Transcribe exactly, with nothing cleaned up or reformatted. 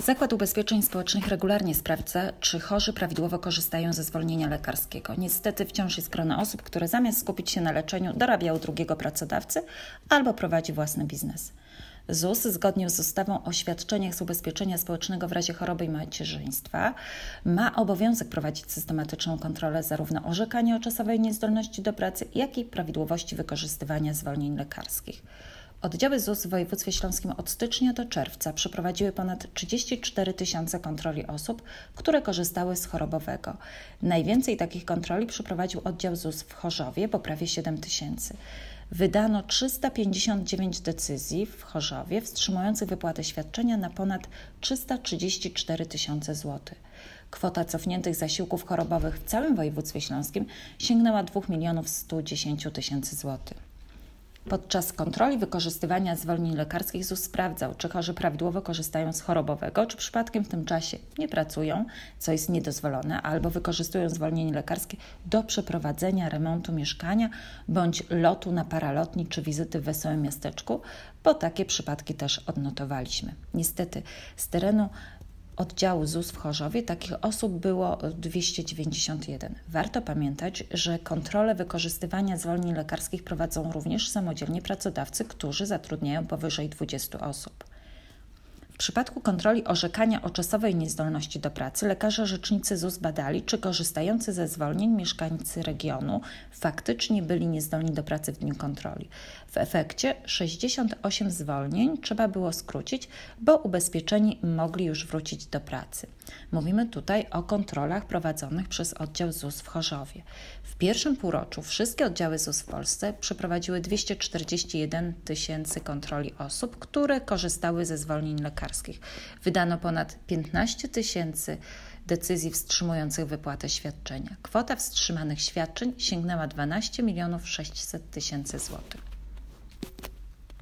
Zakład Ubezpieczeń Społecznych regularnie sprawdza, czy chorzy prawidłowo korzystają ze zwolnienia lekarskiego. Niestety wciąż jest grono osób, które zamiast skupić się na leczeniu, dorabia u drugiego pracodawcy albo prowadzi własny biznes. Z U S zgodnie z ustawą o świadczeniach z ubezpieczenia społecznego w razie choroby i macierzyństwa ma obowiązek prowadzić systematyczną kontrolę zarówno orzekania o czasowej niezdolności do pracy, jak i prawidłowości wykorzystywania zwolnień lekarskich. Oddziały Z U S w województwie śląskim od stycznia do czerwca przeprowadziły ponad trzydzieści cztery tysiące kontroli osób, które korzystały z chorobowego. Najwięcej takich kontroli przeprowadził oddział Z U S w Chorzowie, bo prawie siedem tysięcy. Wydano trzysta pięćdziesiąt dziewięć decyzji w Chorzowie wstrzymujących wypłatę świadczenia na ponad trzysta trzydzieści cztery tysiące złotych. Kwota cofniętych zasiłków chorobowych w całym województwie śląskim sięgnęła dwa miliony sto dziesięć tysięcy złotych. Podczas kontroli wykorzystywania zwolnień lekarskich Z U S sprawdzał, czy chorzy prawidłowo korzystają z chorobowego, czy przypadkiem w tym czasie nie pracują, co jest niedozwolone, albo wykorzystują zwolnienie lekarskie do przeprowadzenia remontu mieszkania bądź lotu na paralotni czy wizyty w wesołym miasteczku, bo takie przypadki też odnotowaliśmy. Niestety z terenu oddziału Z U S w Chorzowie takich osób było dwieście dziewięćdziesiąt jeden. Warto pamiętać, że kontrolę wykorzystywania zwolnień lekarskich prowadzą również samodzielnie pracodawcy, którzy zatrudniają powyżej dwudziestu osób. W przypadku kontroli orzekania o czasowej niezdolności do pracy lekarze rzecznicy Z U S badali, czy korzystający ze zwolnień mieszkańcy regionu faktycznie byli niezdolni do pracy w dniu kontroli. W efekcie sześćdziesiąt osiem zwolnień trzeba było skrócić, bo ubezpieczeni mogli już wrócić do pracy. Mówimy tutaj o kontrolach prowadzonych przez oddział Z U S w Chorzowie. W pierwszym półroczu wszystkie oddziały Z U S w Polsce przeprowadziły dwieście czterdzieści jeden tysięcy kontroli osób, które korzystały ze zwolnień lekarskich. Wydano ponad piętnaście tysięcy decyzji wstrzymujących wypłatę świadczenia. Kwota wstrzymanych świadczeń sięgnęła dwanaście milionów sześćset tysięcy złotych.